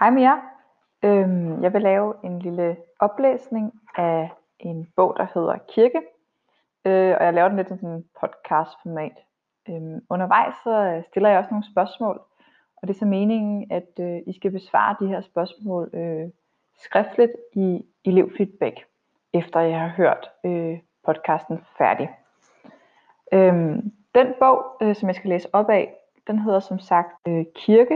Hej med jer. Jeg vil lave en lille oplæsning af en bog, der hedder Kirke, og jeg laver den lidt i sådan en podcast-format. Undervejs så stiller jeg også nogle spørgsmål, og det er så meningen, at I skal besvare de her spørgsmål skriftligt i elevfeedback, efter jeg har hørt podcasten færdig. Den bog, som jeg skal læse op af, den hedder som sagt Kirke,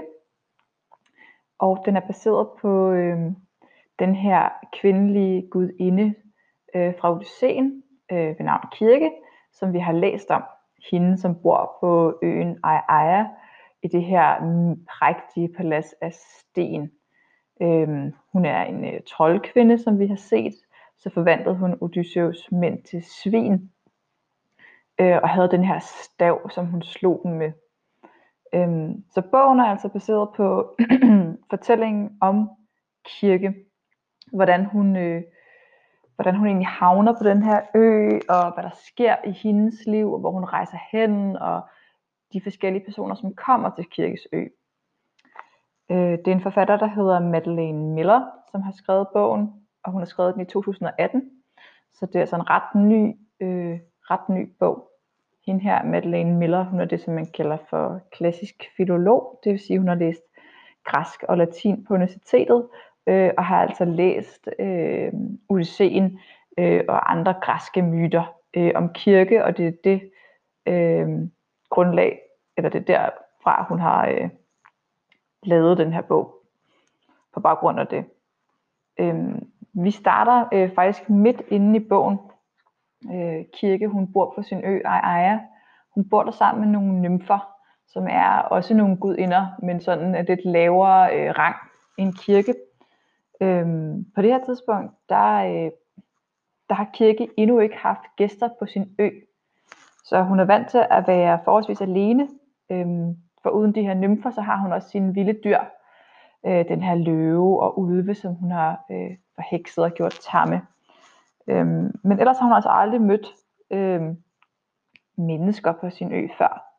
og den er baseret på den her kvindelige gudinde fra Odysseen ved navn Kirke, som vi har læst om. Hende, som bor på øen Aiaia i det her prægtige palads af sten. Hun er en troldkvinde, som vi har set. Så forvandlede hun Odysseus mænd til svin, og havde den her stav, som hun slog dem med. Så bogen er altså baseret på fortællingen om Kirke, hvordan hun egentlig havner på den her ø, og hvad der sker i hendes liv, og hvor hun rejser hen, og de forskellige personer, som kommer til Kirkes ø. Det er en forfatter, der hedder Madeline Miller, som har skrevet bogen, og hun har skrevet den i 2018, så det er altså en ret ny bog. Hende her, Madeline Miller, hun er det, som man kalder for klassisk filolog, det vil sige, hun har læst græsk og latin på universitetet, og har altså læst Odysseen og andre græske myter om kirke, og det er det grundlag, eller det er derfra, hun har lavet den her bog, på baggrund af det. Vi starter faktisk midt inde i bogen. Kirke, hun bor på sin ø Aiaia. Hun bor der sammen med nogle nymfer, som er også nogle gudinder, men sådan er lidt lavere rang end Kirke. På det her tidspunkt, der har Kirke endnu ikke haft gæster på sin ø, så hun er vant til at være forholdsvis alene. For uden de her nymfer, så har hun også sine vilde dyr, den her løve og ulve, som hun har forhekset og gjort tamme. Men ellers har hun altså aldrig mødt mennesker på sin ø før.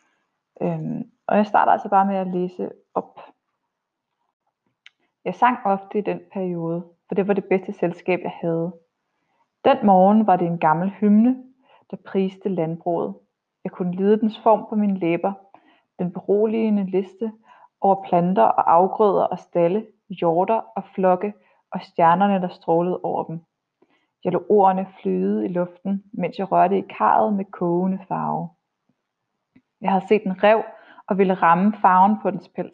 Og jeg starter altså bare med at læse op. Jeg sang ofte i den periode, for det var det bedste selskab, jeg havde. Den morgen var det en gammel hymne, der priste landbruget. Jeg kunne lide dens form på mine læber, den beroligende liste over planter og afgrøder og stalle, hjorter og flokke og stjernerne, der strålede over dem. Jeg lå ordene flyde i luften, mens jeg rørte i karret med kogende farve. Jeg havde set en ræv og ville ramme farven på dens pels.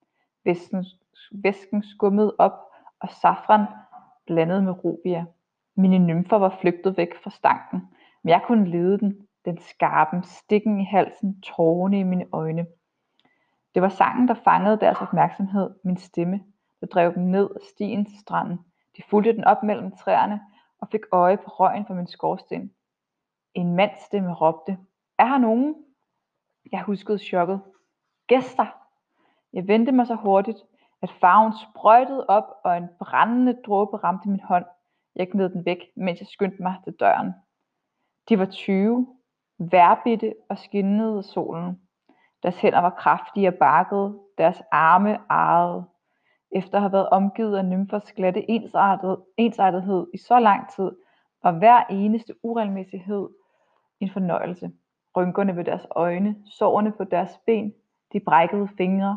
Væsken skummede op, og safran blandet med rubia. Mine nymfer var flygtet væk fra stanken, men jeg kunne lide den skarpen, stikken i halsen, tårerne i mine øjne. Det var sangen, der fangede deres opmærksomhed, min stemme, der drev dem ned ad stien til stranden. De fulgte den op mellem træerne og fik øje på røgen fra min skorsten. En mandsstemme råbte, er her nogen? Jeg huskede chokket. Gæster! Jeg vendte mig så hurtigt, at farven sprøjtede op, og en brændende dråbe ramte min hånd. Jeg gned den væk, mens jeg skyndte mig til døren. De var 20, vejrbitte og skinnede af solen. Deres hænder var kraftige og barkede, deres arme arrede. Efter at have været omgivet af nymfers glatte ensartethed i så lang tid, var hver eneste uregelmæssighed en fornøjelse. Rynkerne ved deres øjne, sårene på deres ben, de brækkede fingre.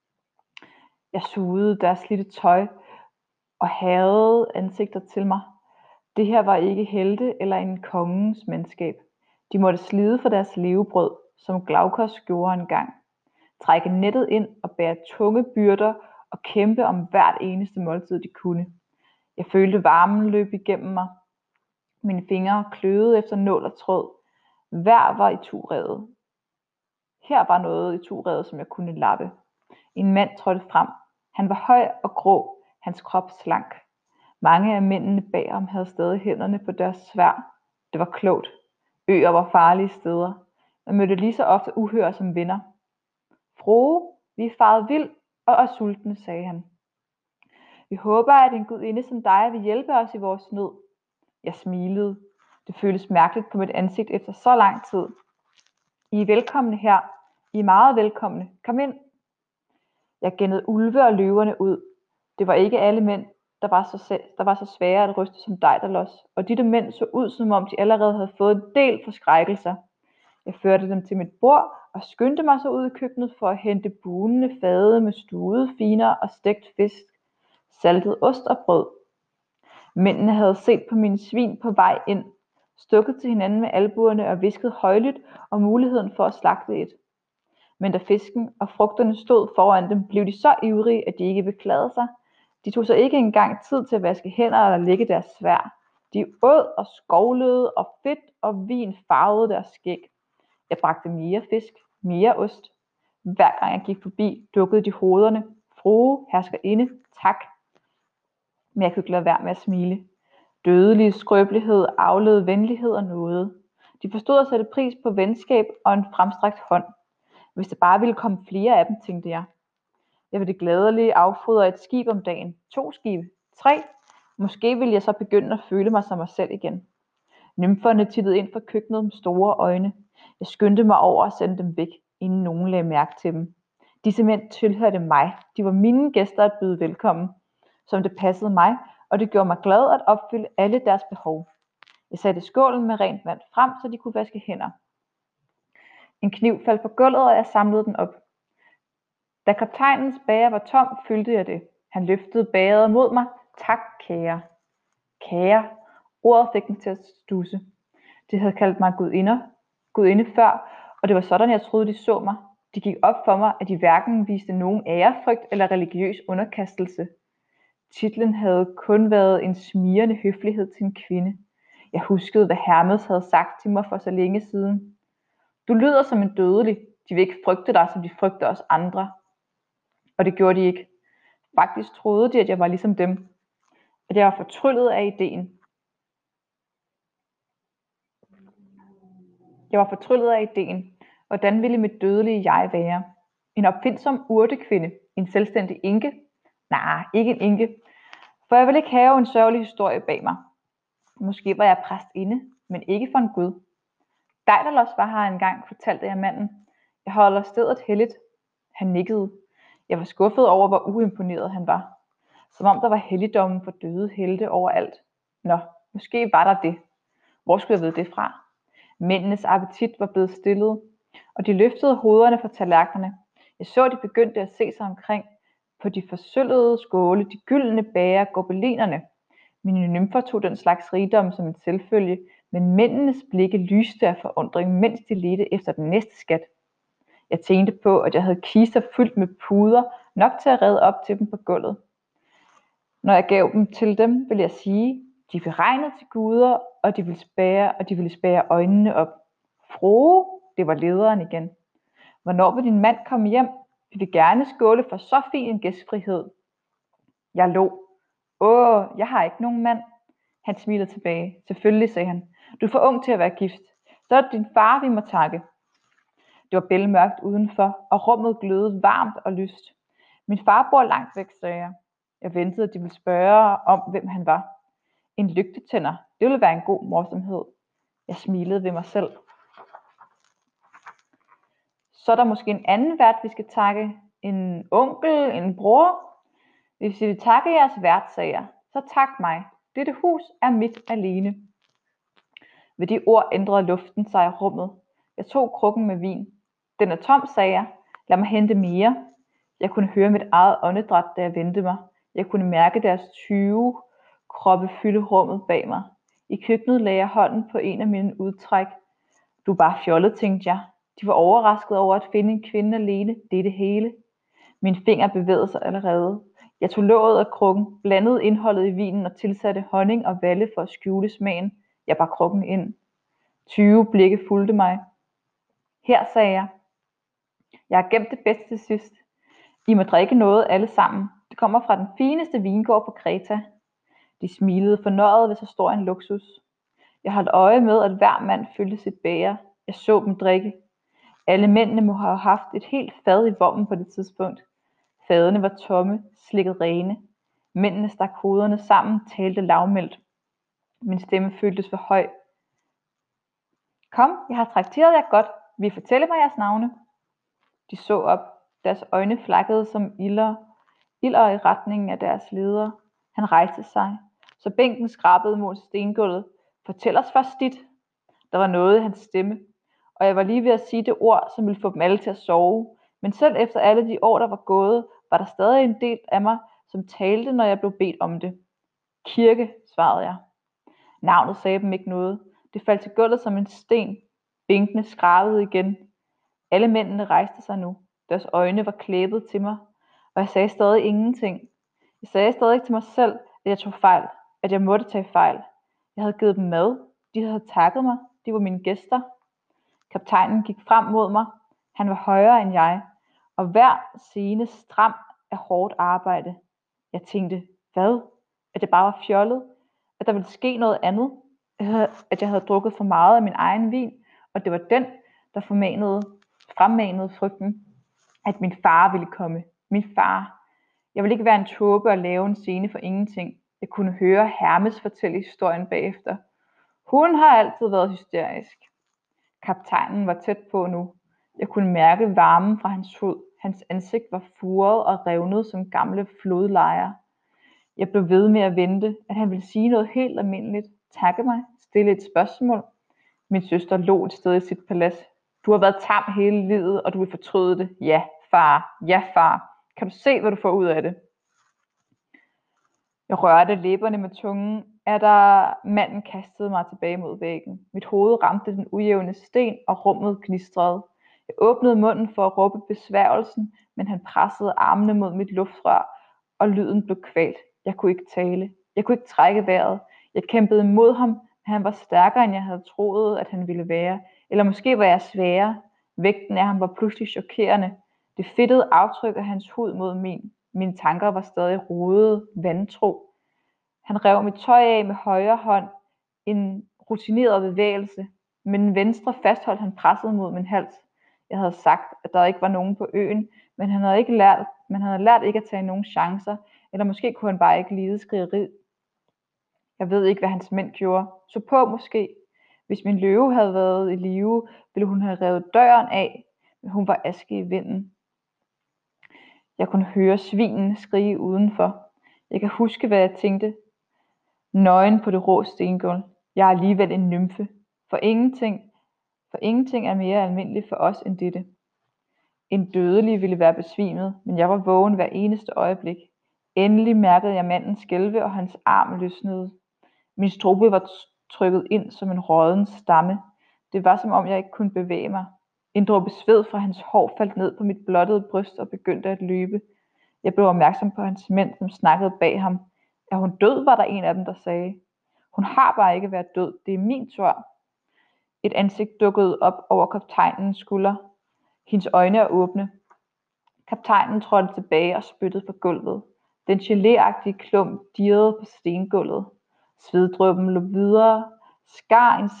Jeg sugede deres slidte tøj og havede ansigter til mig. Det her var ikke helte eller en kongens mandskab. De måtte slide for deres levebrød, som Glaukos gjorde engang. Trække nettet ind og bære tunge byrder og kæmpe om hvert eneste måltid, de kunne. Jeg følte varmen løb igennem mig. Mine fingre kløede efter nål og tråd. Hver var iturevet. Her var noget iturevet, som jeg kunne lappe. En mand trådte frem. Han var høj og grå, hans krop slank. Mange af mændene bag ham havde stadig hænderne på deres sværd. Det var klogt. Øer var farlige steder. Man mødte lige så ofte uhyrer som venner. Frue, vi er faret vild og er sultne, sagde han. Vi håber, at en gudinde som dig vil hjælpe os i vores nød. Jeg smilede. Det føltes mærkeligt på mit ansigt efter så lang tid. I er velkomne her. I er meget velkomne. Kom ind. Jeg gennede ulve og løverne ud. Det var ikke alle mænd, der var så svære at ryste som Daedalus, og de mænd så ud, som om de allerede havde fået en del forskrækkelser. Jeg førte dem til mit bord og skyndte mig så ud i køkkenet for at hente bunende fade med stuede finer og stegt fisk, saltet ost og brød. Mændene havde set på mine svin på vej ind, stukket til hinanden med albuerne og visket højlydt om muligheden for at slagte et. Men da fisken og frugterne stod foran dem, blev de så ivrige, at de ikke beklagede sig. De tog sig ikke engang tid til at vaske hænder eller lægge deres sværd. De åd og skovlede, og fedt og vin farvede deres skæg. Jeg bragte mere fisk, mere ost. Hver gang jeg gik forbi, dukkede de hovederne. Frue, herskerinde, tak. Men jeg kunne ikke lade være med at smile. Dødelig skrøbelighed aflede venlighed og nåde. De forstod at sætte pris på venskab og en fremstrakt hånd. Hvis der bare ville komme flere af dem, tænkte jeg. Jeg ville gladeligt affodre et skib om dagen. 2 skibe. 3. Måske ville jeg så begynde at føle mig som mig selv igen. Nymferne tittede ind fra køkkenet med store øjne. Jeg skyndte mig over og sendte dem væk, inden nogen lagde mærke til dem. Disse mænd tilhørte mig. De var mine gæster at byde velkommen, som det passede mig, og det gjorde mig glad at opfylde alle deres behov. Jeg satte skålen med rent vand frem, så de kunne vaske hænder. En kniv faldt på gulvet, og jeg samlede den op. Da kaptajnens bager var tom, fyldte jeg det. Han løftede bageret mod mig. Tak, kære. Kære. Ordet fik mig til at studse. De havde kaldt mig gudinde før, og det var sådan, jeg troede, de så mig. Det gik op for mig, at de hverken viste nogen ærefrygt eller religiøs underkastelse. Titlen havde kun været en smirrende høflighed til en kvinde. Jeg huskede, hvad Hermes havde sagt til mig for så længe siden. Du lyder som en dødelig. De vil ikke frygte dig, som de frygter os andre. Og det gjorde de ikke. Faktisk troede de, at jeg var ligesom dem. At jeg var fortryllet af ideen. Hvordan ville mit dødelige jeg være? En opfindsom urtekvinde? En selvstændig enke? Nej, ikke en enke. For jeg ville ikke have en sørgelig historie bag mig. Måske var jeg præstinde, men ikke for en gud. Daedalus var her engang, fortalte jeg manden. Jeg holder stedet helligt. Han nikkede. Jeg var skuffet over, hvor uimponeret han var. Som om der var helligdommen for døde helte overalt. Nå, måske var der det. Hvor skulle jeg vide det fra? Mændenes appetit var blevet stillet, og de løftede hovederne fra tallerkenerne. Jeg så, at de begyndte at se sig omkring på de forsølvede skåle, de gyldne bager, gobelinerne. Mine nymfer tog den slags rigdom som en selvfølge, men mændenes blikke lyste af forundring, mens de ledte efter den næste skat. Jeg tænkte på, at jeg havde kister fyldt med puder, nok til at redde op til dem på gulvet. Når jeg gav dem til dem, ville jeg sige, de er beregnet til guder, og de ville spærre øjnene op. Frue, det var lederen igen. Hvornår vil din mand komme hjem? Vi vil gerne skåle for så fin en gæstfrihed. Jeg lå. Jeg har ikke nogen mand. Han smilede tilbage. Selvfølgelig, sagde han. Du er for ung til at være gift. Så er det din far, vi må takke. Det var bælmørkt udenfor, og rummet glødede varmt og lyst. Min far bor langt væk, sagde jeg. Jeg ventede, at de ville spørge om, hvem han var. En lygtetænder, det ville være en god morsomhed. Jeg smilede ved mig selv. Så er der måske en anden vært, vi skal takke. En onkel, en bror. Hvis I vil takke jeres vært, sagde jeg, så tak mig. Dette hus er mit alene. Ved de ord ændrede luften sig i rummet. Jeg tog krukken med vin. Den er tom, sagde jeg. Lad mig hente mere. Jeg kunne høre mit eget åndedræt, da jeg vendte mig. Jeg kunne mærke deres 20 kroppe fylde rummet bag mig. I køkkenet lagde jeg hånden på en af mine udtræk. Du er bare fjollet, tænkte jeg. De var overrasket over at finde en kvinde alene. Det er det hele. Min finger bevægede sig allerede. Jeg tog låget af krukken, blandede indholdet i vinen og tilsatte honning og valle for at skjule smagen. Jeg bar krukken ind. 20 blikke fulgte mig. Her, sagde jeg. Jeg har gemt det bedste til sidst. I må drikke noget alle sammen. Det kommer fra den fineste vingård på Kreta. De smilede fornøjet ved så stor en luksus. Jeg holdt øje med, at hver mand fyldte sit bæger. Jeg så dem drikke. Alle mændene må have haft et helt fad i vommen på det tidspunkt. Fadene var tomme, slikket rene. Mændene stak hovederne sammen, talte lavmældt. Min stemme føltes for høj. Kom, jeg har trakteret jer godt. Vil I fortælle mig jeres navne? De så op. Deres øjne flakkede som ilder ilder i retningen af deres leder. Han rejste sig, så bænken skrabede mod stengulvet. Fortæl os først dit. Der var noget i hans stemme, og jeg var lige ved at sige det ord, som ville få dem alle til at sove. Men selv efter alle de år, der var gået, var der stadig en del af mig, som talte, når jeg blev bedt om det. Kirke, svarede jeg. Navnet sagde dem ikke noget. Det faldt til gulvet som en sten. Bænkene skrabede igen. Alle mændene rejste sig nu. Deres øjne var klæbet til mig, og jeg sagde stadig ingenting. Jeg sagde stadig til mig selv, at jeg tog fejl, at jeg måtte tage fejl. Jeg havde givet dem mad. De havde takket mig. De var mine gæster. Kaptajnen gik frem mod mig. Han var højere end jeg, og hver scene stram af hårdt arbejde. Jeg tænkte, hvad? At det bare var fjollet? At der ville ske noget andet? At jeg havde drukket for meget af min egen vin, og det var den, der fremmanede frygten, at min far ville komme. Min far. Jeg ville ikke være en tåbe og lave en scene for ingenting. Jeg kunne høre Hermes fortælle historien bagefter. Hun har altid været hysterisk. Kaptajnen var tæt på nu. Jeg kunne mærke varmen fra hans hud. Hans ansigt var furet og revnet som gamle flodlejer. Jeg blev ved med at vente, at han ville sige noget helt almindeligt, takke mig, stille et spørgsmål. Min søster lå et sted i sit palads. Du har været tam hele livet, og du vil fortryde det. Ja, far. Ja, far. Kan du se, hvad du får ud af det? Jeg rørte læberne med tungen, manden kastede mig tilbage mod væggen. Mit hoved ramte den ujævne sten, og rummet gnistrede. Jeg åbnede munden for at råbe besværgelsen, men han pressede armene mod mit luftrør, og lyden blev kvalt. Jeg kunne ikke tale. Jeg kunne ikke trække vejret. Jeg kæmpede imod ham, men han var stærkere, end jeg havde troet, at han ville være. Eller måske var jeg sværere. Vægten af ham var pludselig chokerende. Det fedtede aftryk af hans hud mod min. Mine tanker var stadig rodede, vantro. Han rev mit tøj af med højre hånd, en rutineret bevægelse. Med den venstre fastholdt han presset mod min hals. Jeg havde sagt, at der ikke var nogen på øen, men han havde lært ikke at tage nogen chancer, eller måske kunne han bare ikke lide skrigeri. Jeg ved ikke, hvad hans mænd gjorde. Så på måske. Hvis min løve havde været i live, ville hun have revet døren af, men hun var aske i vinden. Jeg kunne høre svinene skrige udenfor. Jeg kan huske, hvad jeg tænkte. Nøgen på det rå stengulv. Jeg er alligevel en nymfe. For ingenting er mere almindeligt for os end dette. En dødelig ville være besvimet, men jeg var vågen hver eneste øjeblik. Endelig mærkede jeg manden skælve, og hans arm løsnede. Min strube var trykket ind som en rådden stamme. Det var som om jeg ikke kunne bevæge mig. En dråbe sved fra hans hår faldt ned på mit blottede bryst og begyndte at løbe. Jeg blev opmærksom på hans mænd, som snakkede bag ham. Er hun død, var der en af dem, der sagde. Hun har bare ikke været død. Det er min tur. Et ansigt dukkede op over kaptajnens skulder. Hendes øjne er åbne. Kaptajnen trådte tilbage og spyttede på gulvet. Den geléagtige klump dirrede på stengulvet. Sveddråben løb videre, skar en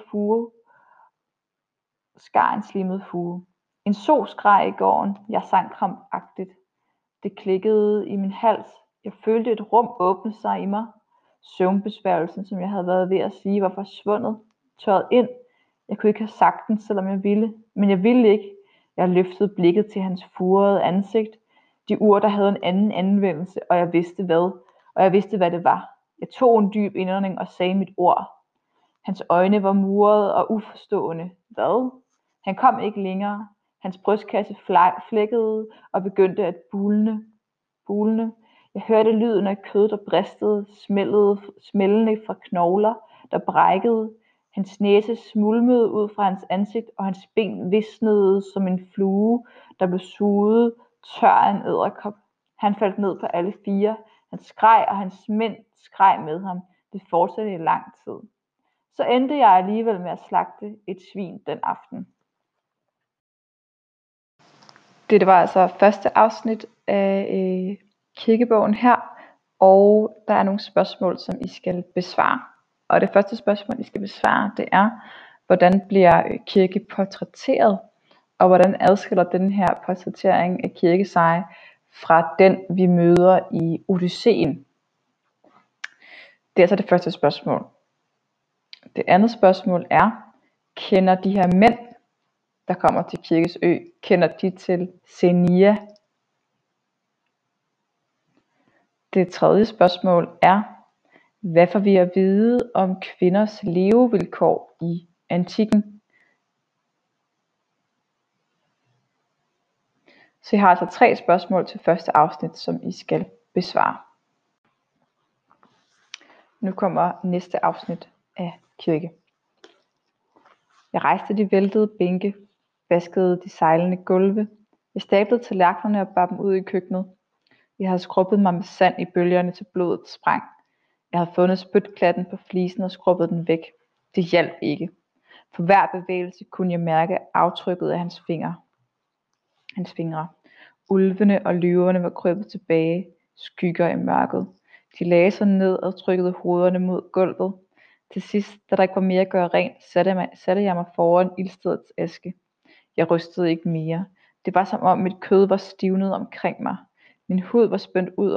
slimet fuge. En so skreg i gården. Jeg sank krampagtigt. Det klikkede i min hals. Jeg følte et rum åbne sig i mig. Søvnbesværgelsen, som jeg havde været ved at sige, var forsvundet, tørret ind. Jeg kunne ikke have sagt den, selvom jeg ville, men jeg ville ikke. Jeg løftede blikket til hans furede ansigt. De urter havde en anden anvendelse, og jeg vidste hvad det var. Jeg tog en dyb indånding og sagde mit ord. Hans øjne var murede og uforstående. Hvad? Han kom ikke længere. Hans brystkasse flækkede og begyndte at bulne. Jeg hørte lyden af kød, der bristede, smældende fra knogler, der brækkede. Hans næse smulmede ud fra hans ansigt, og hans ben visnede som en flue, der blev suget tør af en edderkop. Han faldt ned på alle fire. Han skreg, og hans mænd skreg med ham. Det fortsatte i lang tid. Så endte jeg alligevel med at slagte et svin den aften. Det var altså første afsnit af kirkebogen her, og der er nogle spørgsmål, som I skal besvare. Og det første spørgsmål, I skal besvare, det er, hvordan bliver kirke portrætteret, og hvordan adskiller den her portrættering af kirke sig fra den, vi møder i Odysseen? Det er altså det første spørgsmål. Det andet spørgsmål er, kender de her mænd, der kommer til Kirkes Ø, kender de til Xenia? Det tredje spørgsmål er: hvad får vi at vide om kvinders levevilkår i antikken? Så jeg har altså 3 spørgsmål til første afsnit, som I skal besvare. Nu kommer næste afsnit af kirke. Jeg rejste de væltede bænke, vaskede de sejlende gulve. Jeg stablede tallerkenerne og bar dem ud i køkkenet. Jeg havde skrubbet mig med sand i bølgerne til blodet sprang. Jeg havde fundet spytklatten på flisen og skrubbet den væk. Det hjalp ikke. For hver bevægelse kunne jeg mærke aftrykket af hans fingre. Ulvene og løverne var krøbet tilbage, skygger i mørket. De lagde sig ned og trykkede hovederne mod gulvet. Til sidst, da der ikke var mere at gøre rent, satte jeg mig foran ildstedets aske. Jeg rystede ikke mere. Det var som om mit kød var stivnet omkring mig. Min hud var spændt ud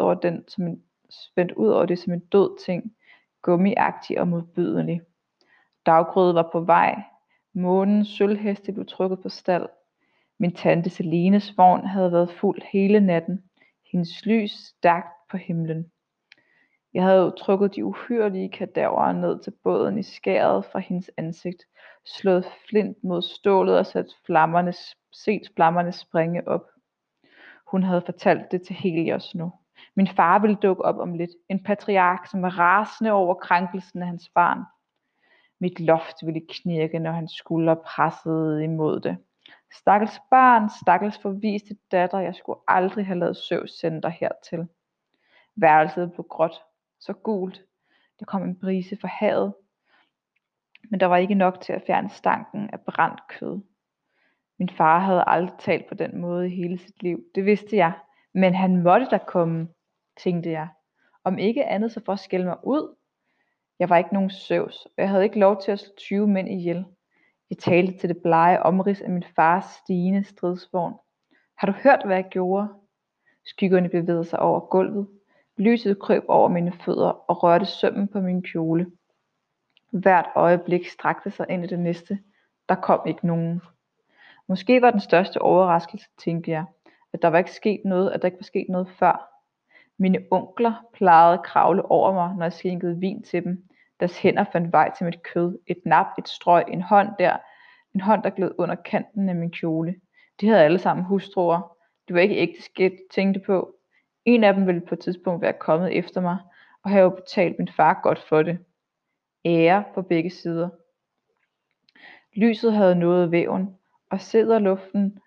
over det som en død ting, gummiagtig og modbydelig. Daggryet var på vej. Månens sølvheste blev trukket på stald. Min tante Selenes vogn havde været fuld hele natten. Hendes lys stærkt på himlen. Jeg havde trukket de uhyrlige kadaver ned til båden i skæret fra hendes ansigt, slået flint mod stålet og set flammerne springe op. Hun havde fortalt det til Helios nu. Min far ville dukke op om lidt, en patriark, som var rasende over krænkelsen af hans barn. Mit loft ville knirke, når hans skuldre pressede imod det. Stakkels barn, stakkels forviste datter, jeg skulle aldrig have lavet Zeus sende dig hertil. Værelset blev gråt, så gult. Der kom en brise fra havet, men der var ikke nok til at fjerne stanken af brændt kød. Min far havde aldrig talt på den måde i hele sit liv, det vidste jeg, men han måtte da komme, tænkte jeg. Om ikke andet så for at skælde mig ud. Jeg var ikke nogen Zeus, og jeg havde ikke lov til at slå 20 mænd ihjel. Jeg talte til det blege omrids af min fars stigende stridsvogn. Har du hørt, hvad jeg gjorde? Skyggerne bevægede sig over gulvet. Lyset krøb over mine fødder og rørte sømmen på min kjole. Hvert øjeblik strakte sig ind i det næste. Der kom ikke nogen. Måske var den største overraskelse, tænkte jeg, at der ikke var sket noget før. Mine onkler plejede at kravle over mig, når jeg skænkede vin til dem. Deres hænder fandt vej til mit kød, et nap, et strøg, en hånd, der gled under kanten af min kjole. De havde alle sammen hustruer. Det var ikke ægteskab, tænkte på. En af dem ville på et tidspunkt være kommet efter mig, og have betalt min far godt for det. Ære på begge sider. Lyset havde nået væven, og sæderlugten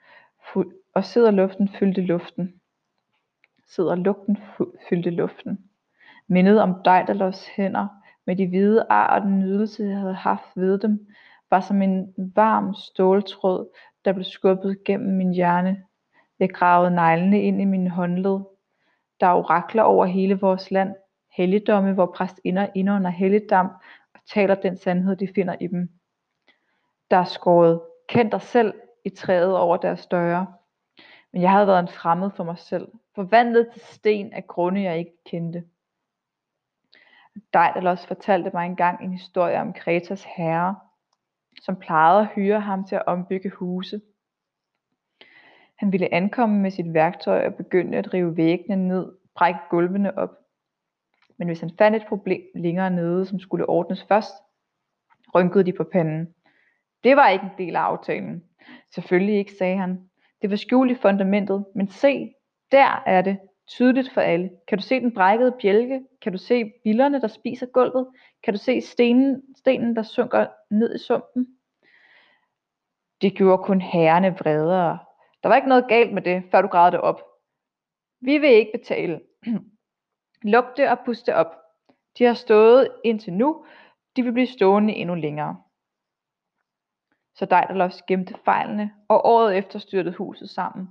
fyldte luften. Mindet om Daidalos hænder med de hvide ar og den nydelse jeg havde haft ved dem, var som en varm ståltråd, der blev skubbet gennem min hjerne. Jeg gravede neglene ind i mine håndled. Der er orakler over hele vores land, helligdomme, hvor præstinder indånder helligdam og taler den sandhed, de finder i dem. Der er skåret, kend dig selv, i træet over deres døre. Men jeg havde været en fremmed for mig selv, forvandlet til sten af grunde, jeg ikke kendte. Daidalos fortalte mig engang en historie om Kretas herre, som plejede at hyre ham til at ombygge huse. Han ville ankomme med sit værktøj og begynde at rive væggene ned, brække gulvene op. Men hvis han fandt et problem længere nede, som skulle ordnes først, rynkede de på panden. Det var ikke en del af aftalen. Selvfølgelig ikke, sagde han. Det var skjult i fundamentet, men se, der er det, tydeligt for alle. Kan du se den brækkede bjælke? Kan du se billerne, der spiser gulvet? Kan du se stenen, der synker ned i sumpen? Det gjorde kun herrerne vredere. Der var ikke noget galt med det, før du gravede det op. Vi vil ikke betale. Luk det og pust det op. De har stået indtil nu, de vil blive stående endnu længere. Så Daidalos gemte fejlene, og året efter styrtede huset sammen.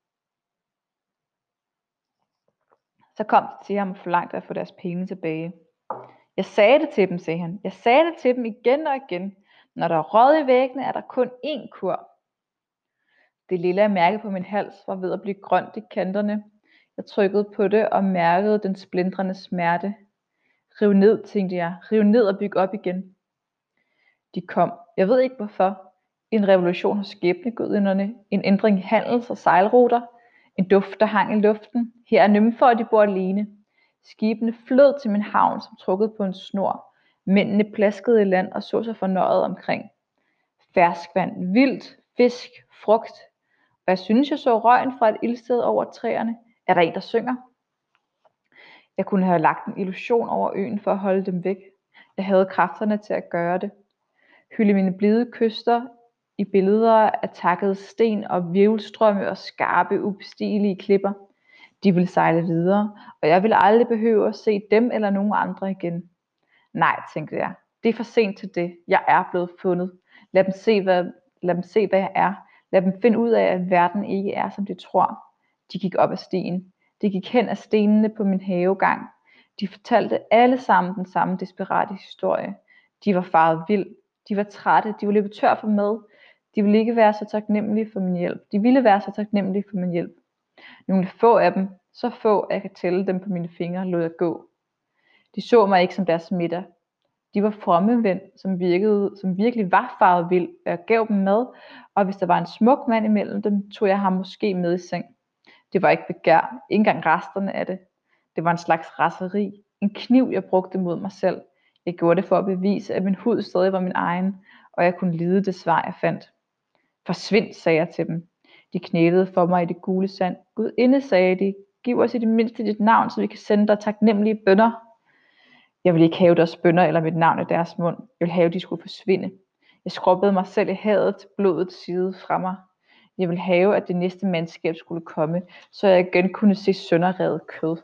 Så kom de til ham og forlangte at få deres penge tilbage. Jeg sagde det til dem, sagde han. Jeg sagde det til dem igen og igen. Når der er rød i væggene, er der kun én kur. Det lille mærke på min hals var ved at blive grønt i kanterne. Jeg trykkede på det og mærkede den splindrende smerte. Riv ned, tænkte jeg. Riv ned og byg op igen. De kom. Jeg ved ikke hvorfor. En revolution hos skæbnegudinderne. En ændring i handels- og sejlruter. En duft, der hang i luften. Her er nymfer, og de bor alene. Skibene flød til min havn som trukket på en snor. Mændene plaskede i land og så sig fornøjet omkring. Ferskvand, vildt, fisk, frugt. Og jeg synes, jeg så røgen fra et ildsted over træerne. Er der en, der synger? Jeg kunne have lagt en illusion over øen for at holde dem væk. Jeg havde kræfterne til at gøre det. Hylde mine blide kyster i billeder af takkede sten og hvirvelstrømme og skarpe, ubestigelige klipper. De ville sejle videre, og jeg ville aldrig behøve at se dem eller nogen andre igen. Nej, tænkte jeg. Det er for sent til det. Jeg er blevet fundet. Lad dem se, hvad jeg er. Lad dem finde ud af, at verden ikke er, som de tror. De gik op ad stien. De gik hen ad stenene på min havegang. De fortalte alle sammen den samme desperate historie. De var faret vild. De var trætte. De var løbet tør for mad. De ville ikke være så taknemmelige for min hjælp. De ville være så taknemmelige for min hjælp. Nogle få af dem, så få at jeg kan tælle dem på mine fingre, lod jeg gå. De så mig ikke som deres middag. De var fromme mænd, som virkelig var faret vild. Jeg gav dem mad, og hvis der var en smuk mand imellem dem, tog jeg ham måske med i seng. Det var ikke begær, ikke engang resterne af det. Det var en slags raseri, en kniv jeg brugte mod mig selv. Jeg gjorde det for at bevise, at min hud stadig var min egen, og jeg kunne lide det svar jeg fandt. Forsvind, sagde jeg til dem. De knælede for mig i det gule sand. Gudinde, sagde de, giv os i det mindste dit navn, så vi kan sende dig taknemmelige bønner. Jeg ville ikke have deres bønner eller mit navn i deres mund. Jeg ville have, at de skulle forsvinde. Jeg skrubbede mig selv i havet til blodet side fra mig. Jeg ville have, at det næste mandskab skulle komme, så jeg igen kunne se sønderrevet kød.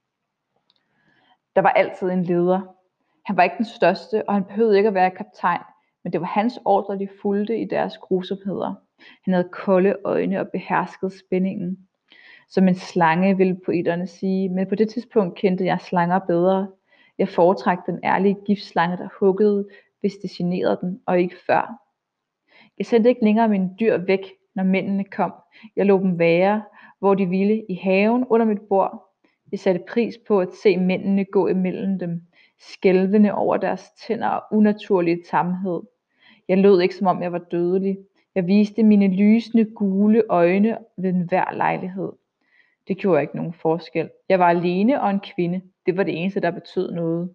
Der var altid en leder. Han var ikke den største, og han behøvede ikke at være kaptajn, men det var hans ordre, de fulgte i deres grusomheder. Han havde kolde øjne og beherskede spændingen. Som en slange, ville poeterne sige, men på det tidspunkt kendte jeg slanger bedre. Jeg foretrak den ærlige giftslange, der huggede, hvis det generede den, og ikke før. Jeg sendte ikke længere mine dyr væk, når mændene kom. Jeg lod dem være, hvor de ville, i haven under mit bord. Jeg satte pris på at se mændene gå imellem dem, skælvende over deres tænder og unaturlige tamhed. Jeg lød ikke, som om jeg var dødelig. Jeg viste mine lysende gule øjne ved enhver lejlighed. Det gjorde ikke nogen forskel. Jeg var alene og en kvinde. Det var det eneste, der betød noget.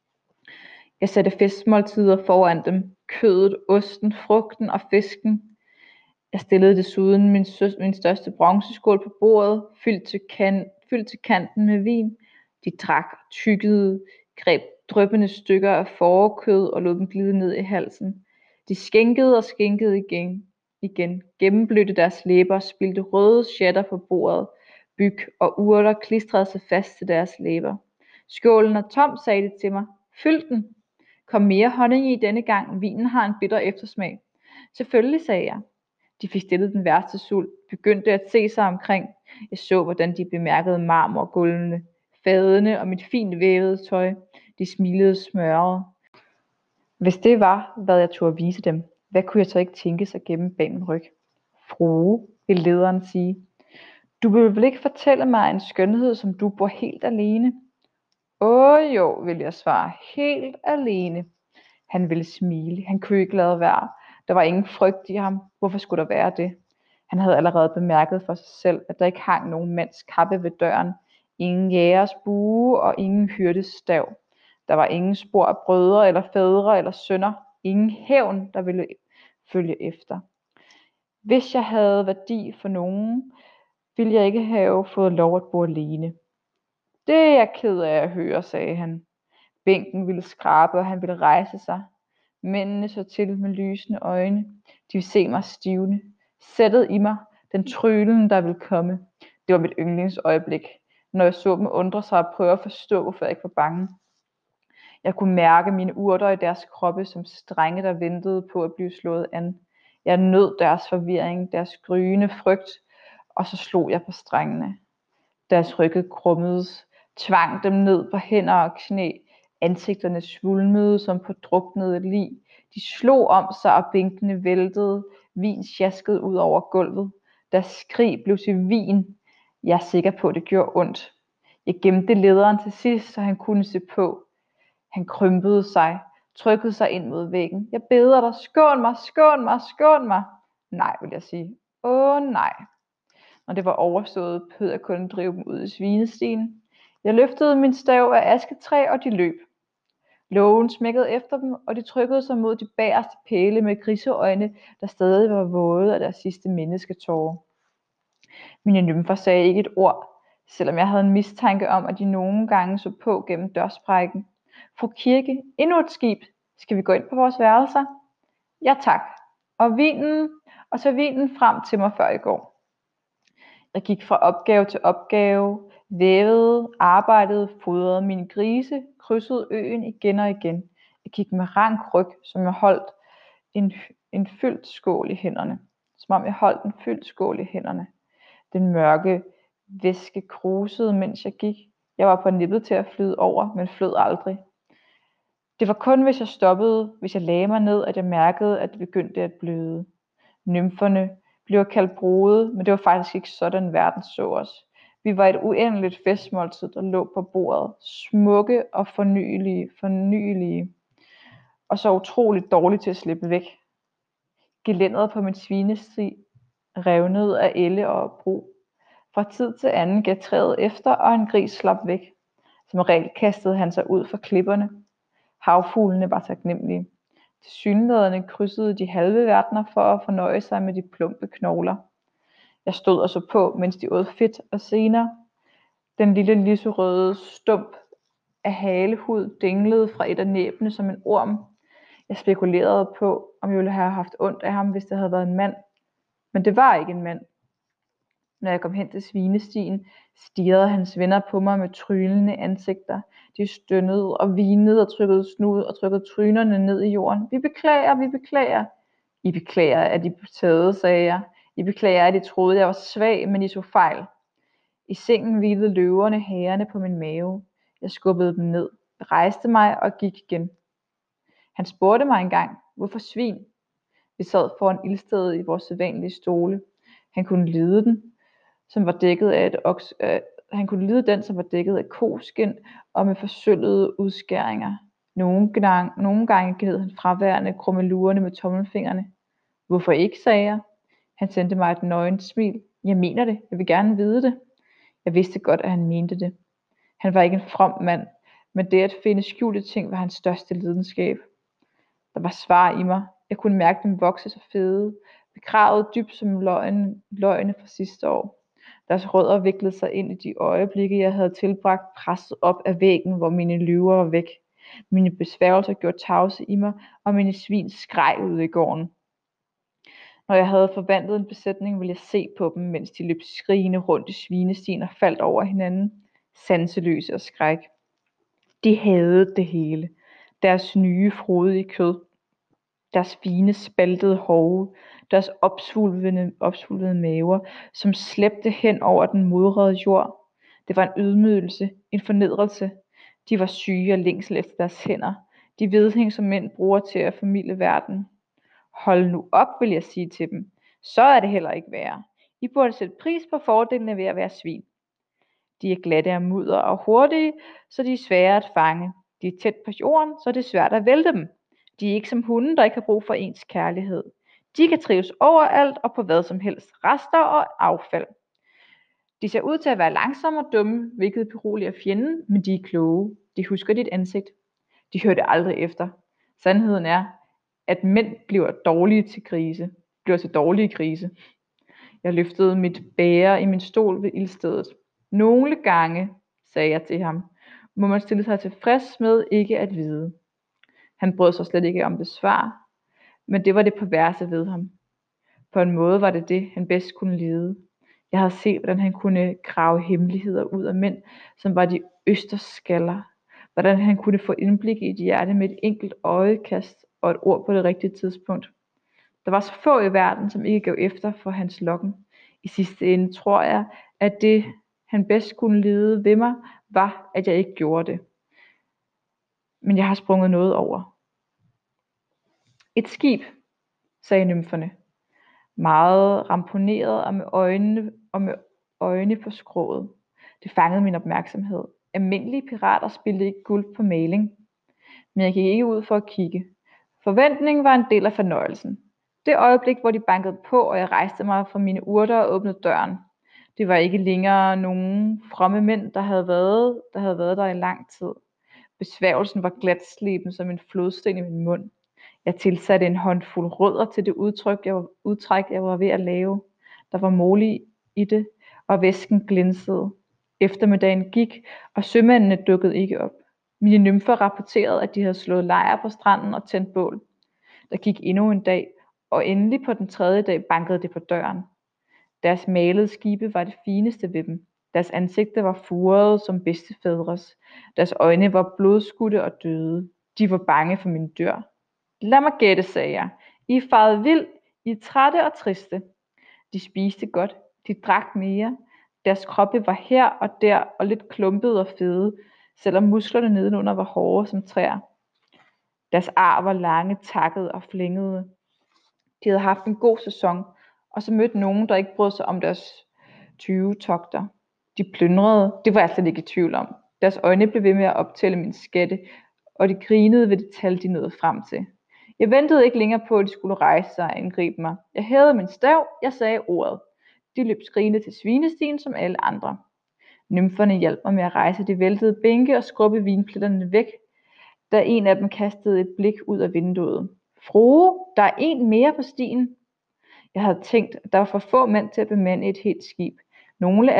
Jeg satte festmåltider foran dem. Kødet, osten, frugten og fisken. Jeg stillede desuden min største bronzeskål på bordet, fyldt til kanten med vin. De drak, tykkede, greb dryppende stykker af fårekød og lod dem glide ned i halsen. De skænkede og skænkede igen. Gennemblødte deres læber og spildte røde sjatter på bordet. Byg og urter klistrede sig fast til deres læber. Skålen er tom, sagde de til mig. Fyld den. Kom mere honning i denne gang. Vinen har en bitter eftersmag. Selvfølgelig, sagde jeg. De fik stillet den værste sult, begyndte at se sig omkring. Jeg så, hvordan de bemærkede marmorgulvene, fadene og mit fint vævede tøj. De smilede smørret. Hvis det var, hvad jeg turde vise dem, hvad kunne jeg så ikke tænke sig gennem bag min ryg? Frue, ville lederen sige. Du vil vel ikke fortælle mig en skønhed, som du bor helt alene? Jo, ville jeg svare, helt alene. Han ville smile, han kunne ikke lade være. Der var ingen frygt i ham. Hvorfor skulle der være det? Han havde allerede bemærket for sig selv, at der ikke hang nogen mands kappe ved døren. Ingen jægers bue og ingen hyrdes stav. Der var ingen spor af brødre eller fædre eller sønner. Ingen hævn, der ville følge efter. Hvis jeg havde værdi for nogen, ville jeg ikke have fået lov at bo alene. Det er jeg ked af at høre, sagde han. Bænken ville skrabe, og han ville rejse sig. Mændene så til med lysende øjne. De ville se mig stivne. Sættet i mig, den tryllen, der ville komme. Det var mit yndlingsøjeblik, når jeg så dem undre sig og prøve at forstå, hvorfor jeg ikke var bange. Jeg kunne mærke mine urter i deres kroppe som strenge, der ventede på at blive slået an. Jeg nød deres forvirring, deres gryende frygt, og så slog jeg på strengene. Deres rygge krummedes, tvang dem ned på hænder og knæ. Ansigterne svulmede som på druknede lig. De slog om sig, og bænkene væltede. Vin sjaskede ud over gulvet. Deres skrig blev til vin. Jeg er sikker på, at det gjorde ondt. Jeg gemte lederen til sidst, så han kunne se på. Han krympede sig, trykkede sig ind mod væggen. Jeg beder dig, skån mig, skån mig, skån mig. Nej, vil jeg sige. Nej. Når det var overstået, behøvede jeg kun drive dem ud i svinestien. Jeg løftede min stav af asketræ, og de løb. Lågen smækkede efter dem, og de trykkede sig mod de bagerste pæle med griseøjne, der stadig var våde af deres sidste mennesketårer. Mine nymfer sagde ikke et ord, selvom jeg havde en mistanke om, at de nogle gange så på gennem dørsprækken. Fru Kirke, endnu et skib. Skal vi gå ind på vores værelser? Ja tak. Og vinen, og så vinen frem til mig før i går. Jeg gik fra opgave til opgave, vævede, arbejdede, fodrede mine grise, krydsede øen igen og igen. Jeg gik med rank ryg, som jeg holdt en fyldt skål i hænderne. Som om jeg holdt en fyldt skål i hænderne. Den mørke væske krusede, mens jeg gik. Jeg var på nippet til at flyde over, men flød aldrig. Det var kun, hvis jeg stoppede, hvis jeg lagde mig ned, at jeg mærkede, at det begyndte at bløde. Nymferne bliver kaldt brode, men det var faktisk ikke sådan, verden så os. Vi var et uendeligt festmåltid, der lå på bordet, smukke og fornyelige, og så utroligt dårligt til at slippe væk. Gelænderet på min svinesti revnede af elle og bro. Fra tid til anden gav træet efter, og en gris slap væk. Som regel kastede han sig ud fra klipperne. Havfuglene var taknemmelige. Tilsyneladende krydsede de halve verdener for at fornøje sig med de plumpe knogler. Jeg stod og så på, mens de åd fedt, og senere den lille lyserøde stump af halehud dinglede fra et af næbbene som en orm. Jeg spekulerede på, om jeg ville have haft ondt af ham, hvis det havde været en mand. Men det var ikke en mand. Når jeg kom hen til svinestien, stirrede hans venner på mig med trylende ansigter. De stønnede og hvinede og trykkede snud og trykkede trynerne ned i jorden. Vi beklager, vi beklager. I beklager, at I blev taget, sagde jeg. I beklager, at I troede, jeg var svag, men I tog fejl. I sengen hvilede løverne hærene på min mave. Jeg skubbede dem ned, rejste mig og gik igen. Han spurgte mig engang, hvorfor svin? Vi sad foran ildstedet i vores sædvanlige stole. Han kunne lide den, som var dækket af koskind og med forsølvede udskæringer. Nogle gange gned han fraværende krummelurerne med tommelfingrene. Hvorfor ikke, sagde jeg. Han sendte mig et nøgent smil. Jeg mener det, jeg vil gerne vide det. Jeg vidste godt, at han mente det. Han var ikke en from mand, men det at finde skjulte ting var hans største lidenskab. Der var svar i mig. Jeg kunne mærke dem vokse så fede, begravet dybt som løgne fra sidste år. Deres rødder viklede sig ind i de øjeblikke, jeg havde tilbragt presset op af væggen, hvor mine løver var væk. Mine besværgelser gjorde tavse i mig, og mine svin skreg ud i gården. Når jeg havde forvandlet en besætning, ville jeg se på dem, mens de løb skrigende rundt i svinestien og faldt over hinanden, sanseløse og skræk. De hadede det hele. Deres nye, frodige kød, deres fine, spaltede hove, deres opsvulvede maver, som slæbte hen over den modrede jord. Det var en ydmygelse, en fornedrelse. De var syge og længsel efter deres hænder. De vedhæng, som mænd bruger til at formidle verden. Hold nu op, vil jeg sige til dem. Så er det heller ikke værre. I burde sætte pris på fordelene ved at være svin. De er glatte af mudder og hurtige, så de er svære at fange. De er tæt på jorden, så det er svært at vælte dem. De er ikke som hunde, der ikke har brug for ens kærlighed. De kan trives overalt og på hvad som helst, rester og affald. De ser ud til at være langsomme og dumme, hvilket beroliger fjenden, men de er kloge. De husker dit ansigt. De hører det aldrig efter. Sandheden er, at mænd bliver til dårlige grise. Jeg løftede mit bæger i min stol ved ildstedet. Nogle gange, sagde jeg til ham, må man stille sig tilfreds med ikke at vide. Han brød sig slet ikke om det svar, men det var det perverse ved ham. På en måde var det, han bedst kunne lide. Jeg havde set, hvordan han kunne grave hemmeligheder ud af mænd, som var de østerskaller. Hvordan han kunne få indblik i et hjerte med et enkelt øjekast og et ord på det rigtige tidspunkt. Der var så få i verden, som ikke gav efter for hans lokken. I sidste ende tror jeg, at det, han bedst kunne lide ved mig, var, at jeg ikke gjorde det. Men jeg har sprunget noget over. Et skib, sagde nymferne, meget ramponeret og med øjne på skroget. Det fangede min opmærksomhed. Almindelige pirater spildte ikke guld på maling, men jeg gik ikke ud for at kigge. Forventningen var en del af fornøjelsen. Det øjeblik, hvor de bankede på, og jeg rejste mig fra mine urter og åbnede døren. Det var ikke længere nogen fromme mænd, der havde været der i lang tid. Besværgelsen var glatsleben som en flodsten i min mund. Jeg tilsatte en håndfuld rødder til det udtræk, jeg var ved at lave. Der var moly i det, og væsken glinsede. Eftermiddagen gik, og sømændene dukkede ikke op. Mine nymfer rapporterede, at de havde slået lejr på stranden og tændt bål. Der gik endnu en dag, og endelig på den tredje dag bankede det på døren. Deres malede skibe var det fineste ved dem. Deres ansigter var furede som bedstefædres. Deres øjne var blodskudte og døde. De var bange for min dør. Lad mig gætte, sagde jeg. I er faret vild, I er trætte og triste. De spiste godt, de drak mere. Deres kroppe var her og der og lidt klumpede og fede, selvom musklerne nedenunder var hårde som træer. Deres ar var lange, takkede og flængede. De havde haft en god sæson, og så mødte nogen, der ikke brød sig om deres tyvetogter. De plyndrede, det var jeg slet ikke i tvivl om. Deres øjne blev ved med at optælle min skatte, og de grinede ved det tal, de nåede frem til. Jeg ventede ikke længere på, at de skulle rejse sig og angribe mig. Jeg hævede min stav, jeg sagde ordet. De løb skrigende til svinestien som alle andre. Nymferne hjalp mig med at rejse de væltede bænke og skrubbe vinpletterne væk, da en af dem kastede et blik ud af vinduet. Frue, der er en mere på stien. Jeg havde tænkt, at der var for få mænd til at bemande et helt skib. Nogle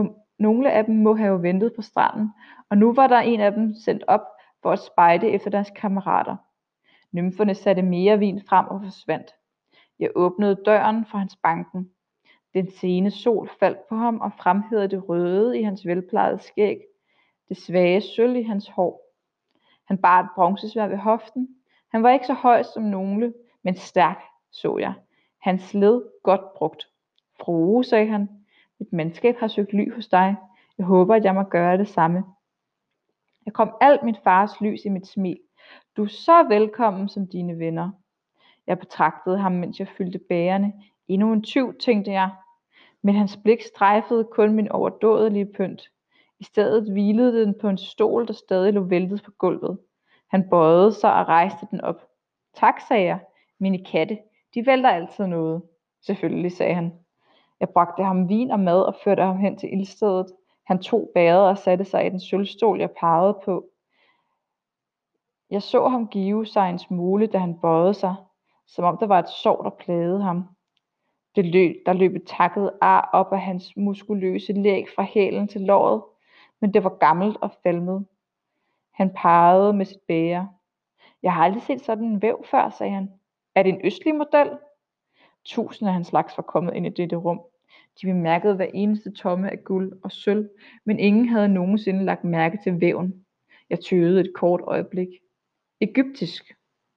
af dem må have ventet på stranden, og nu var der en af dem sendt op for at spejde efter deres kammerater. Nymferne satte mere vin frem og forsvandt. Jeg åbnede døren for hans banken. Den sene sol faldt på ham og fremhævede det røde i hans velplejede skæg, det svage sølv i hans hår. Han bar et bronzesværd ved hoften. Han var ikke så høj som nogle, men stærk, så jeg. Han sled godt brugt. Frue, sagde han, mit mandskab har søgt ly hos dig. Jeg håber, at jeg må gøre det samme. Jeg kom alt mit fars lys i mit smil. Du er så velkommen som dine venner. Jeg betragtede ham, mens jeg fyldte bærerne. Endnu en tyv, tænkte jeg. Men hans blik strejfede kun min overdådelige pynt. I stedet hvilede den på en stol, der stadig lå væltet på gulvet. Han bøjede sig og rejste den op. Tak, sagde jeg. Mine katte, de vælter altid noget. Selvfølgelig, sagde han. Jeg bragte ham vin og mad og førte ham hen til ildstedet. Han tog bæret og satte sig i den sølvstol, jeg pegede på. Jeg så ham give sig en smule, da han bøjede sig, som om der var et sår, der plagede ham. Der løb et takket ar op af hans muskuløse læg fra hælen til låret, men det var gammelt og falmet. Han pegede med sit bæger. Jeg har aldrig set sådan en væv før, sagde han. Er det en østlig model? 1000 af hans slags var kommet ind i dette rum. De bemærkede hver eneste tomme af guld og sølv, men ingen havde nogensinde lagt mærke til væven. Jeg tøvede et kort øjeblik. Egyptisk.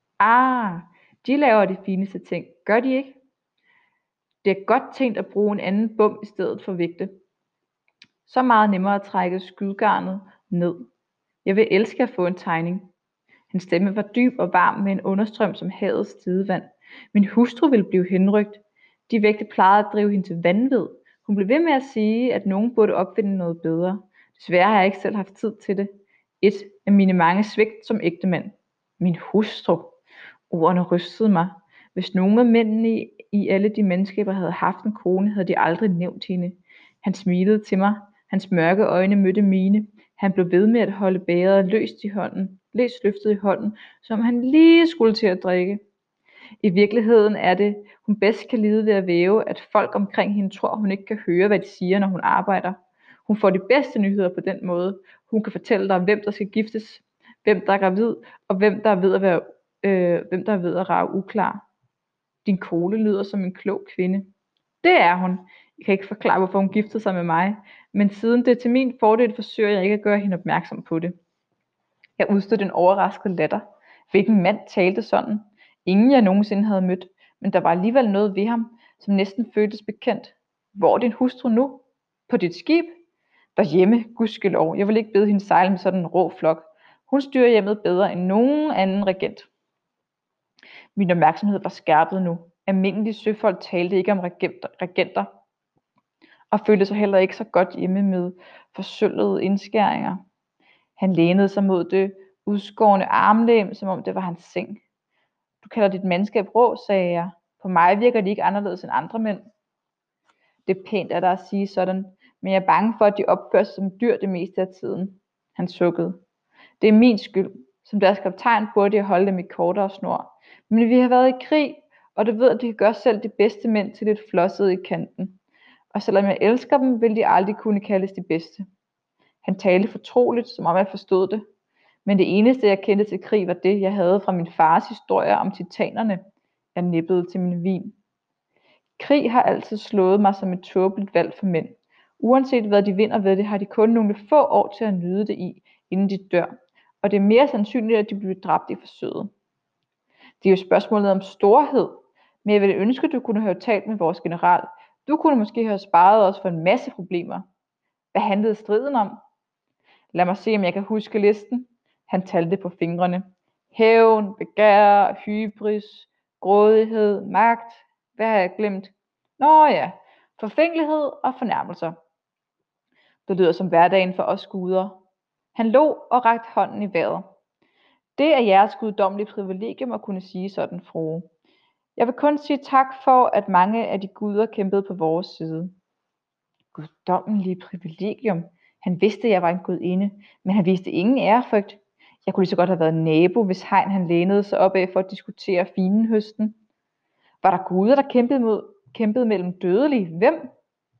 De laver de fineste ting, gør de ikke? Det er godt tænkt at bruge en anden bom i stedet for vægte. Så meget nemmere at trække skydgarnet ned. Jeg vil elske at få en tegning. Hans stemme var dyb og varm med en understrøm som havets tidevand. Min hustru ville blive henrygt. De vægte plejede at drive hende til vanvid. Hun blev ved med at sige, at nogen burde opfinde noget bedre. Desværre har jeg ikke selv haft tid til det. Et af mine mange svigt som ægtemand. Min hustru. Ordene rystede mig. Hvis nogen af mændene i alle de mandskaber havde haft en kone, havde de aldrig nævnt hende. Han smilede til mig. Hans mørke øjne mødte mine. Han blev ved med at holde bægeret løst løftet i hånden, som han lige skulle til at drikke. I virkeligheden er det, hun bedst kan lide ved at væve, at folk omkring hende tror, hun ikke kan høre, hvad de siger, når hun arbejder. Hun får de bedste nyheder på den måde. Hun kan fortælle dig, hvem der skal giftes, hvem der er gravid, og hvem der er ved at rage uklar. Din kone lyder som en klog kvinde. Det er hun. Jeg kan ikke forklare, hvorfor hun giftede sig med mig, men siden det er til min fordel, forsøger jeg ikke at gøre hende opmærksom på det. Jeg udstødte en overrasket latter. Hvilken mand talte sådan? Ingen jeg nogensinde havde mødt, men der var alligevel noget ved ham, som næsten føltes bekendt. Hvor er din hustru nu? På dit skib? Derhjemme, gudskelov. Jeg vil ikke bede hende sejle med sådan en rå flok. Hun styrer hjemmet bedre end nogen anden regent. Min opmærksomhed var skærpet nu. Almindelige søfolk talte ikke om regenter, og følte sig heller ikke så godt hjemme med forsølvede indskæringer. Han lænede sig mod det udskårne armlæn, som om det var hans seng. Du kalder dit mandskab rå, sagde jeg. På mig virker de ikke anderledes end andre mænd. Det er pænt af dig at sige sådan, men jeg er bange for, at de opfører sig som dyr det meste af tiden. Han sukkede. Det er min skyld. Som deres kaptajn burde jeg holde dem i kortere snor. Men vi har været i krig, og du ved, at de kan gøre selv de bedste mænd til lidt flossede i kanten. Og selvom jeg elsker dem, vil de aldrig kunne kaldes de bedste. Han talte fortroligt, som om jeg forstod det. Men det eneste, jeg kendte til krig, var det, jeg havde fra min fars historier om titanerne. Jeg nippede til min vin. Krig har altid slået mig som et tåbeligt valg for mænd. Uanset hvad de vinder ved det, har de kun nogle få år til at nyde det i, inden de dør. Og det er mere sandsynligt, at de bliver dræbt i forsøget. Det er jo spørgsmålet om storhed, men jeg ville ønske, at du kunne have talt med vores general. Du kunne måske have sparet os for en masse problemer. Hvad handlede striden om? Lad mig se, om jeg kan huske listen. Han talte på fingrene. Hævn, begær, hybris, grådighed, magt. Hvad har jeg glemt? Nå ja, forfængelighed og fornærmelser. Det lyder som hverdagen for os guder. Han lå og rakte hånden i vejret. Det er jeres guddommelige privilegium at kunne sige sådan, frue. Jeg vil kun sige tak for, at mange af de guder kæmpede på vores side. Guddommelige privilegium. Han vidste, at jeg var en gudinde, men han viste ingen ærefrygt. Jeg kunne lige så godt have været nabo, hvis Hein han lænede sig opad for at diskutere finenhøsten. Var der guder, der kæmpede mellem dødelige? Hvem?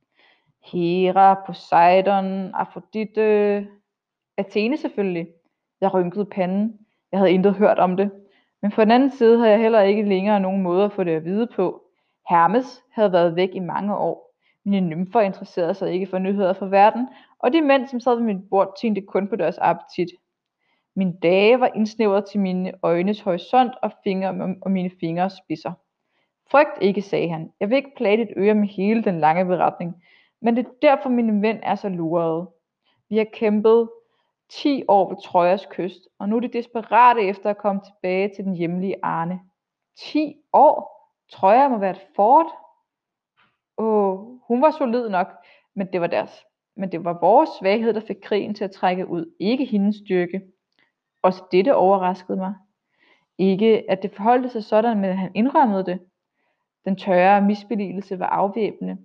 Hera, Poseidon, Afrodite, Athene selvfølgelig. Jeg rynkede panden. Jeg havde intet hørt om det. Men på den anden side havde jeg heller ikke længere nogen måde at få det at vide på. Hermes havde været væk i mange år. Mine nymfer interesserede sig ikke for nyheder fra verden, og de mænd, som sad ved mit bord, tænkte kun på deres appetit. Mine dage var indsnævret til mine øjnes horisont og mine fingres spidser. Frygt ikke, sagde han. Jeg vil ikke plage dit øre med hele den lange beretning, men det er derfor mine mænd er så lurede. Vi har kæmpet 10 år ved Trojas kyst, og nu er de desperate efter at komme tilbage til den hjemlige Arne. 10 år? Troja må være et fort? Hun var solid nok, men det var vores svaghed, der fik krigen til at trække ud, ikke hendes styrke. Også dette overraskede mig. Ikke at det forholdte sig sådan, men at han indrømmede det. Den tørre misbilligelse var afvæbnende.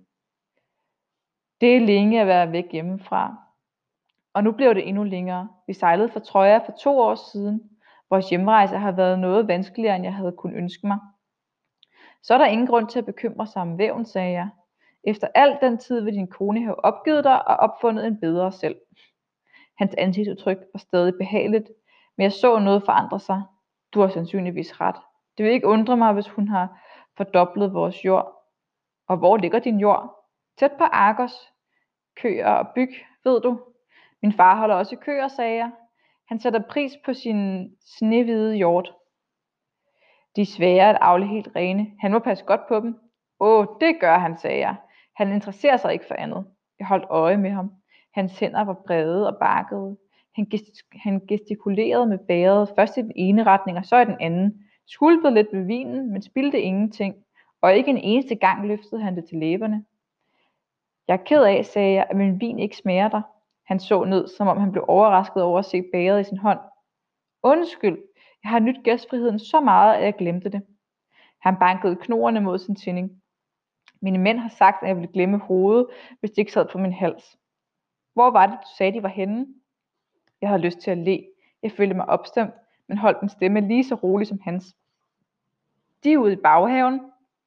Det er længe at være væk hjemmefra. Og nu blev det endnu længere. Vi sejlede fra Troja for 2 år siden. Vores hjemrejse har været noget vanskeligere, end jeg havde kunnet ønske mig. Så er der ingen grund til at bekymre sig om væven, sagde jeg. Efter al den tid vil din kone have opgivet dig og opfundet en bedre selv. Hans ansigtsudtryk var stadig behageligt, men jeg så noget forandre sig. Du har sandsynligvis ret. Det vil ikke undre mig, hvis hun har fordoblet vores jord. Og hvor ligger din jord? Tæt på Argos. Køer og byg, ved du. Min far holder også køer, sagde jeg. Han sætter pris på sin snehvide hjort. De er svære at avle helt rene. Han må passe godt på dem. Det gør han, sagde jeg. Han interesserer sig ikke for andet. Jeg holdt øje med ham. Hans hænder var brede og bakkede. Han gestikulerede med bæret, først i den ene retning og så i den anden. Skulpede lidt ved vinen, men spildte ingenting. Og ikke en eneste gang løftede han det til læberne. Jeg er ked af, sagde jeg, at min vin ikke smager dig. Han så ned, som om han blev overrasket over at se bæret i sin hånd. Undskyld, jeg har nyt gæstfriheden så meget, at jeg glemte det. Han bankede knoerne mod sin tinding. Mine mænd har sagt, at jeg ville glemme hovedet, hvis de ikke sad på min hals. Hvor var det, du sagde, de var henne? Jeg havde lyst til at le. Jeg følte mig opstemt, men holdt min stemme lige så rolig som hans. De er ude i baghaven.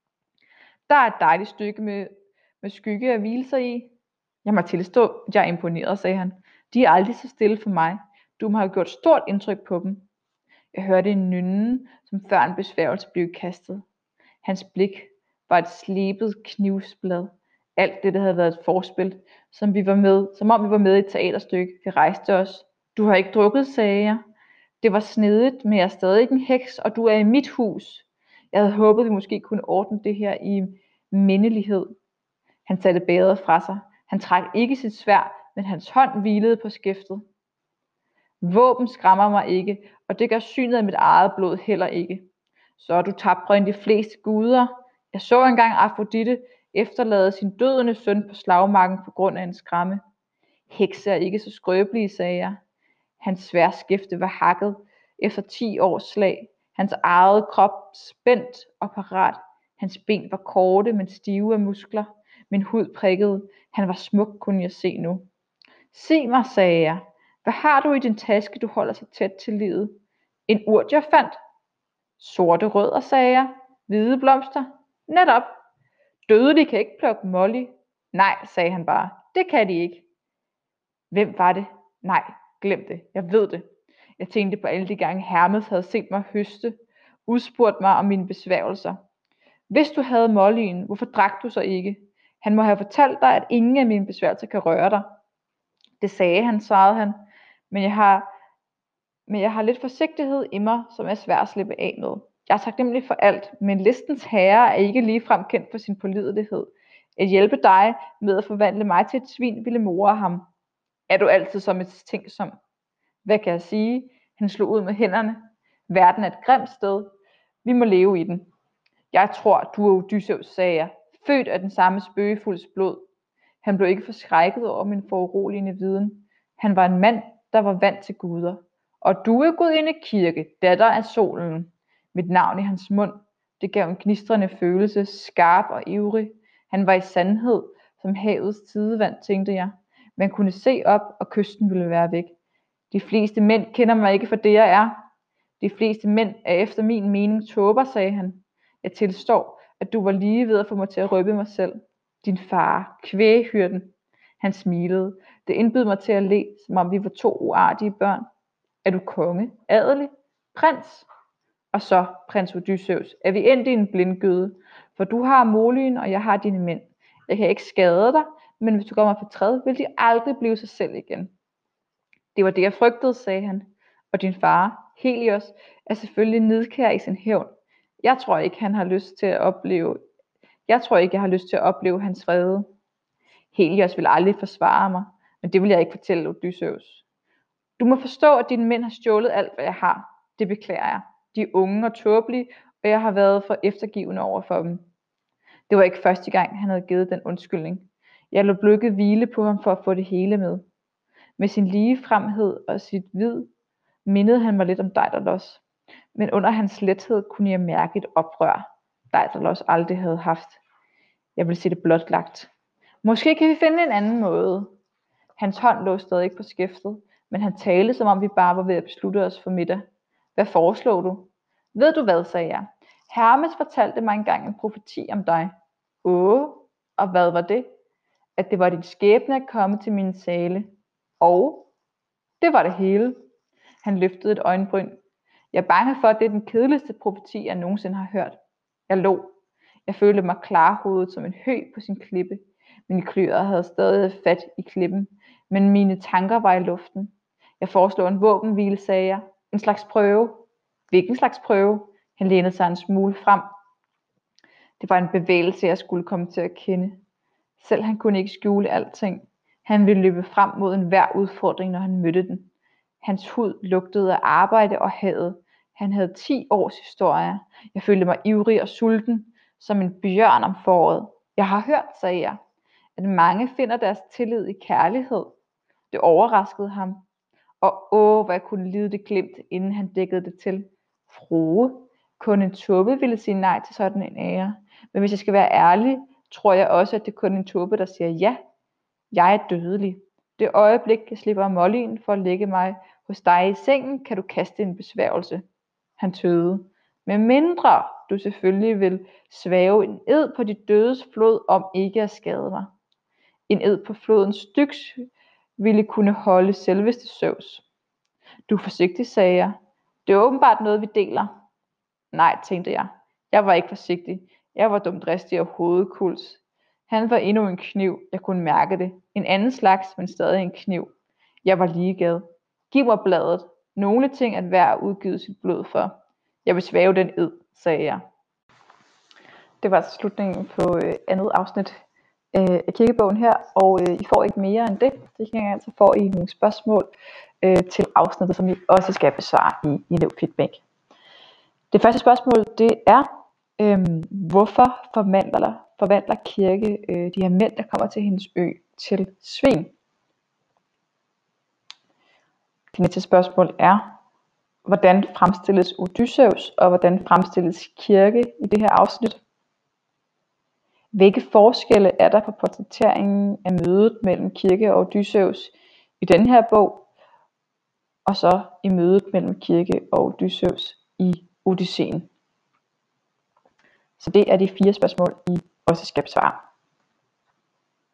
Der er et dejligt stykke med skygge at hvile sig i. Jeg må tilstå, at jeg er imponeret, sagde han. De er aldrig så stille for mig. Du må have gjort stort indtryk på dem. Jeg hørte en nynne, som før en besværgelse blev kastet. Hans blik var et slebet knivsblad. Alt det, der havde været et forspil, som om vi var med i et teaterstykke. Vi rejste os. Du har ikke drukket, sagde jeg. Det var snedigt, men jeg er stadig ikke en heks, og du er i mit hus. Jeg havde håbet, vi måske kunne ordne det her i mindelighed. Han satte bæret fra sig. Han trak ikke sit sværd, men hans hånd hvilede på skæftet. Våben skræmmer mig ikke, og det gør synet af mit eget blod heller ikke. Så er du tapre end de fleste guder. Jeg så engang Afrodite efterlade sin dødende søn på slagmarken på grund af en skræmme. Hekse er ikke så skrøbelige, sagde jeg. Hans sværdskæfte var hakket efter 10 års slag. Hans eget krop spændt og parat. Hans ben var korte, men stive af muskler. Min hud prikkede. Han var smuk, kunne jeg se nu. Sig mig, sagde jeg. Hvad har du i din taske, du holder så tæt til livet? En urt, jeg fandt. Sorte rødder, sagde jeg. Hvide blomster. Netop. Dødelige kan ikke plukke Molly. Nej, sagde han bare. Det kan de ikke. Hvem var det? Nej, glem det. Jeg ved det. Jeg tænkte på alle de gange Hermes havde set mig høste, udspurgt mig om mine besværgelser. Hvis du havde Mollyen, hvorfor drak du så ikke? Han må have fortalt dig, at ingen af mine besværgelser kan røre dig. Det sagde han, svarede han, men jeg har lidt forsigtighed i mig, som er svær at slippe af med. Jeg er taknemmelig for alt, men listens herre er ikke ligefrem kendt for sin pålidelighed. At hjælpe dig med at forvandle mig til et svin ville more ham. Er du altid så mistænksom? Hvad kan jeg sige? Han slog ud med hænderne. Verden er et grimt sted. Vi må leve i den. Jeg tror, du er Odysseus, sagde jeg, født af den samme spøgefulds blod. Han blev ikke forskrækket over min foruroligende viden. Han var en mand, der var vant til guder. Og du er gudinde Kirke, datter af solen. Mit navn i hans mund, det gav en gnistrende følelse, skarp og ivrig. Han var i sandhed som havets tidevand, tænkte jeg. Man kunne se op, og kysten ville være væk. De fleste mænd kender mig ikke for det, jeg er. De fleste mænd er efter min mening tåber, sagde han. Jeg tilstår, at du var lige ved at få mig til at røbe mig selv. Din far, kvæghyrden. Han smilede. Det indbød mig til at le, som om vi var to uartige børn. Er du konge, adelig, prins? Og så, prins Odysseus, er vi endt i en blindgyde, for du har Mollyen, og jeg har dine mænd. Jeg kan ikke skade dig, men hvis du går mig på træd, vil de aldrig blive sig selv igen. Det var det, jeg frygtede, sagde han. Og din far, Helios, er selvfølgelig nidkær i sin hævn. Jeg tror ikke, jeg har lyst til at opleve hans vrede. Helios vil aldrig forsvare mig, men det vil jeg ikke fortælle Odysseus. Du må forstå, at dine mænd har stjålet alt, hvad jeg har. Det beklager jeg. De er unge og tåbelige, og jeg har været for eftergivende over for dem. Det var ikke første gang, han havde givet den undskyldning. Jeg lod blikket hvile på ham for at få det hele med. Med sin ligefremhed og sit vid mindede han mig lidt om Daidalos. Men under hans lethed kunne jeg mærke et oprør, Daidalos aldrig havde haft. Jeg ville se det blotlagt. Måske kan vi finde en anden måde. Hans hånd lå stadig på skæftet, men han talte, som om vi bare var ved at beslutte os for middag. Hvad foreslår du? Ved du hvad, sagde jeg. Hermes fortalte mig engang en profeti om dig. Og hvad var det? At det var din skæbne at komme til min sale. Og det var det hele. Han løftede et øjenbryn. Jeg er bange for, at det er den kedeligste profeti, jeg nogensinde har hørt. Jeg lå. Jeg følte mig klarhovedet som en hø på sin klippe. Mine kløer havde stadig fat i klippen, men mine tanker var i luften. Jeg foreslog en våbenhvile, sagde jeg. En slags prøve. Hvilken slags prøve? Han lænede sig en smule frem. Det var en bevægelse, jeg skulle komme til at kende. Selv han kunne ikke skjule alting. Han ville løbe frem mod enhver udfordring, når han mødte den. Hans hud lugtede af arbejde og hadet. Han havde 10 års historie. Jeg følte mig ivrig og sulten, som en bjørn om foråret. Jeg har hørt, sagde jeg, at mange finder deres tillid i kærlighed. Det overraskede ham. Og hvad jeg kunne lide det glimt, inden han dækkede det til. Frue, kun en tåbe ville sige nej til sådan en ære. Men hvis jeg skal være ærlig, tror jeg også, at det er kun en tåbe, der siger ja. Jeg er dødelig. Det øjeblik, jeg slipper Mollyen for at lægge mig hos dig i sengen, kan du kaste en besværgelse. Han tøvede. Med mindre du selvfølgelig vil svæve en ed på de dødes flod om ikke at skade mig. En ed på floden Styx ville kunne holde selveste Zeus. Du er forsigtig, sagde jeg. Det er åbenbart noget, vi deler. Nej, tænkte jeg. Jeg var ikke forsigtig. Jeg var dumdristig og hovedkuls. Han var endnu en kniv. Jeg kunne mærke det. En anden slags, men stadig en kniv. Jeg var ligeglad. Giv mig bladet. Nogle ting at være udgivet sit blod for. Jeg vil svæve den ed, sagde jeg. Det var altså slutningen på andet afsnit af kirkebogen her, og I får ikke mere end det. Det kan altså får I nogle spørgsmål til afsnittet, som I også skal besvare i elevfeedback. Det første spørgsmål, det er, hvorfor forvandler Kirke de her mænd, der kommer til hendes ø, til svin? Det næste spørgsmål er, hvordan fremstilles Odysseus, og hvordan fremstilles Kirke i det her afsnit? Hvilke forskelle er der på portrætteringen af mødet mellem Kirke og Odysseus i denne her bog, og så i mødet mellem Kirke og Odysseus i Odysseen? Så det er de 4 spørgsmål, I også skal besvare.